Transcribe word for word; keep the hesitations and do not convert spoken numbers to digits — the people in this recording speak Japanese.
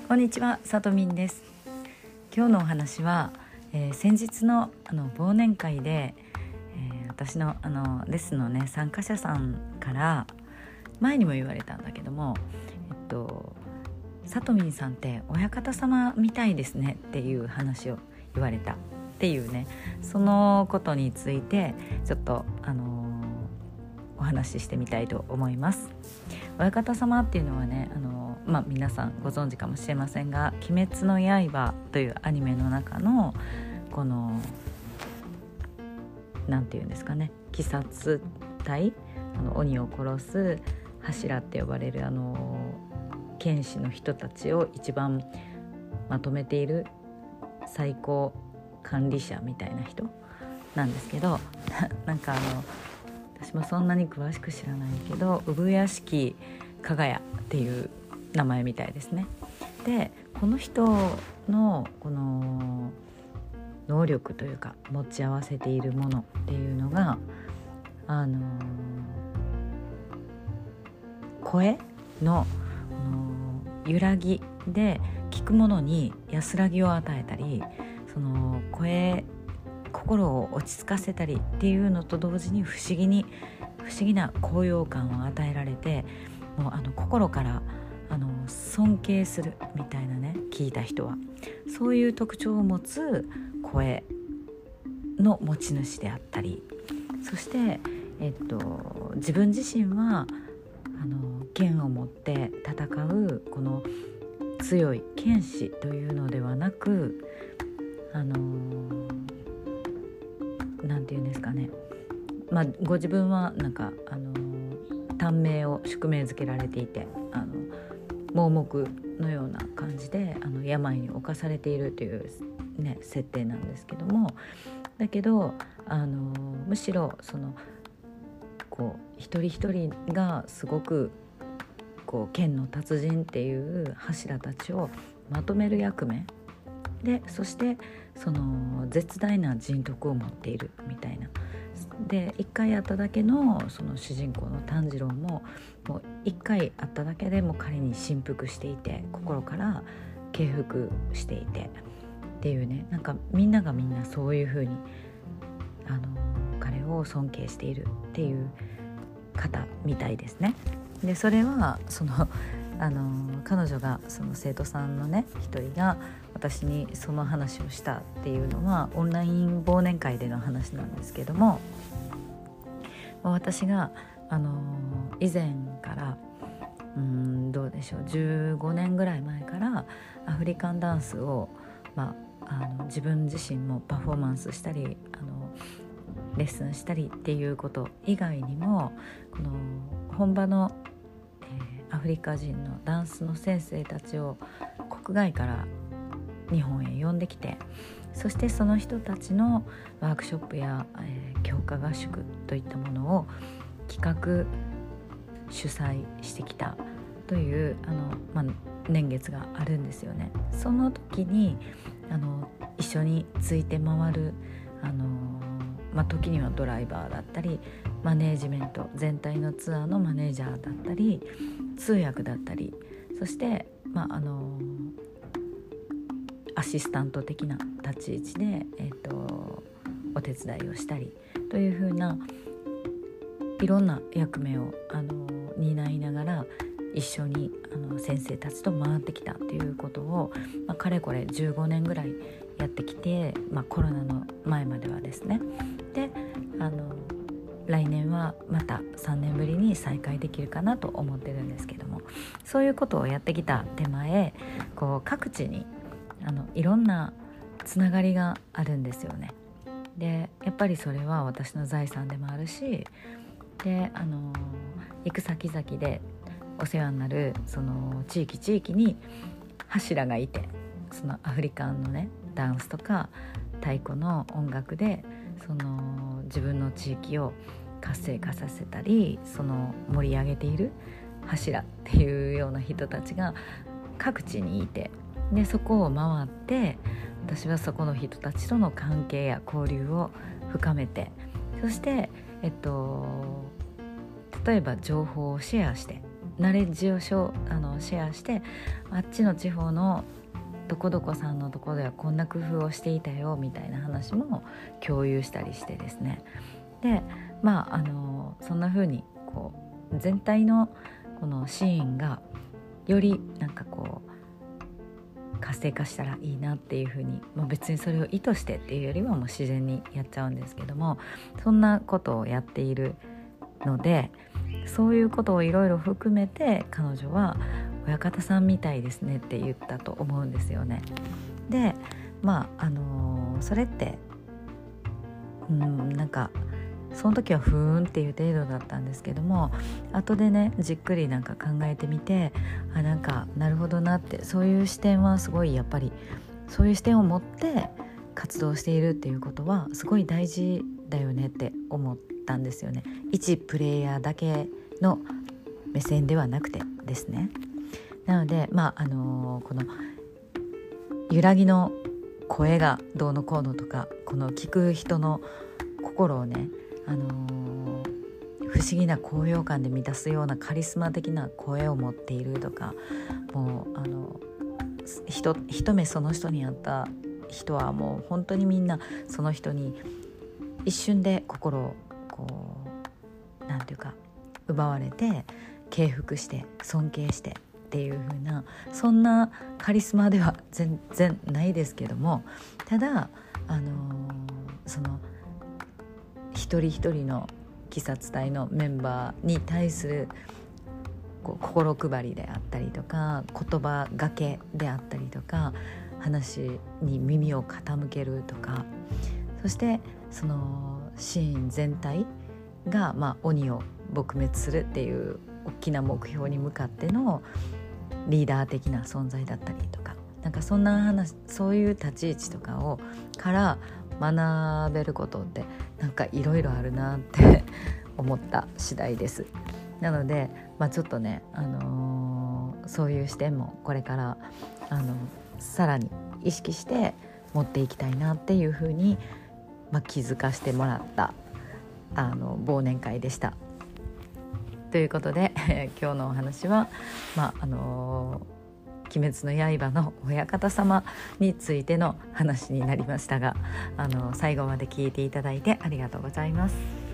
こんにちは、さとみんです。今日のお話は、えー、先日のあの忘年会で、えー、私のあのレッスンのね参加者さんから前にも言われたんだけども、えっとさとみんさんって親方様みたいですねっていう話を言われたっていうね、そのことについてちょっとあのー、お話ししてみたいと思います。親方様っていうのはね、あのまあ、皆さんご存知かもしれませんが、鬼滅の刃というアニメの中のこのなんていうんですかね、鬼殺隊、あの鬼を殺す柱って呼ばれるあの剣士の人たちを一番まとめている最高管理者みたいな人なんですけどなんかあの私もそんなに詳しく知らないけど、産屋敷加賀屋っていう名前みたいですね。で、この人のこの能力というか持ち合わせているものっていうのが、あの声の、あの揺らぎで聞くものに安らぎを与えたり、その声心を落ち着かせたりっていうのと同時に不思議に不思議な高揚感を与えられて、もうあの心からあの尊敬するみたいなね、聞いた人はそういう特徴を持つ声の持ち主であったり、そして、えっと、自分自身はあの剣を持って戦うこの強い剣士というのではなく、あのなんていうんですかね、まあ、ご自分はなんかあの短命を宿命づけられていて、あの盲目のような感じであの病に侵されているという、ね、設定なんですけども、だけどあのむしろそのこう一人一人がすごくこう剣の達人っていう柱たちをまとめる役目で、そしてその絶大な人徳を持っているみたいな。で、一回会っただけのその主人公の炭治郎ももう一回会っただけでも彼に心服していて、心から敬服していてっていうね、なんかみんながみんなそういう風にあの彼を尊敬しているっていう方みたいですね。で、それはそのあの彼女がその生徒さんのね一人が私にその話をしたっていうのはオンライン忘年会での話なんですけども、私があの以前からうーんどうでしょうじゅうごねんぐらい前からアフリカンダンスを、まあ、あの自分自身もパフォーマンスしたりあのレッスンしたりっていうこと以外にも、この本場のアフリカ人のダンスの先生たちを国外から日本へ呼んできて、そしてその人たちのワークショップや、えー、強化合宿といったものを企画主催してきたというあの、まあ、年月があるんですよね。その時にあの一緒について回るあの、まあ、時にはドライバーだったりマネージメント全体のツアーのマネージャーだったり通訳だったり、そして、まあ、あのアシスタント的な立ち位置で、えーと、お手伝いをしたりというふうないろんな役目をあの担いながら一緒にあの先生たちと回ってきたということを、まあ、かれこれじゅうごねんぐらいやってきて、まあ、コロナの前まではですね。で、あの来年はまたさんねんぶりに再開できるかなと思ってるんですけども、そういうことをやってきた手前、こう各地にあのいろんなつながりがあるんですよね。で、やっぱりそれは私の財産でもあるし、であの行く先々でお世話になるその地域地域に柱がいて、そのアフリカンのねダンスとか太鼓の音楽でその自分の地域を活性化させたり、その盛り上げている柱っていうような人たちが各地にいて、でそこを回って私はそこの人たちとの関係や交流を深めて、そして、えっと、例えば情報をシェアしてナレッジをショあのシェアして、あっちの地方のどこどこさんのところではこんな工夫をしていたよみたいな話も共有したりしてですね。でまああのそんな風にこう全体のこのシーンがよりなんかこう活性化したらいいなっていう風に、まあ、別にそれを意図してっていうよりはもう自然にやっちゃうんですけども、そんなことをやっているので、そういうことをいろいろ含めて彼女は親方さんみたいですねって言ったと思うんですよね。でまああのー、それってうんなんかその時はふーんっていう程度だったんですけども、後でねじっくりなんか考えてみて、あなんかなるほどなって、そういう視点はすごいやっぱりそういう視点を持って活動しているっていうことはすごい大事だよねって思ったんですよね。一プレイヤーだけの目線ではなくてですね。なのでまああのー、この揺らぎの声がどうのこうのとか、この聞く人の心をねあのー、不思議な高揚感で満たすようなカリスマ的な声を持っているとか、もうあのひと一目その人に会った人はもう本当にみんなその人に一瞬で心をこうなんていうか奪われて敬服して尊敬してっていう風な、そんなカリスマでは全然ないですけども、ただあのー、その一人一人の鬼殺隊のメンバーに対するこう心配りであったりとか、言葉がけであったりとか、話に耳を傾けるとか、そしてそのシーン全体が、まあ、鬼を撲滅するっていう大きな目標に向かってのリーダー的な存在だったりとか、なんかそんな話、そういう立ち位置とかをから学べることってなんかいろいろあるなって思った次第です。なので、まあ、ちょっとね、あのー、そういう視点もこれからあのさらに意識して持っていきたいなっていうふうに、まあ、気づかせてもらったあの忘年会でした。ということで今日のお話は、まああのー鬼滅の刃の親方様についての話になりましたが、あの最後まで聞いていただいてありがとうございます。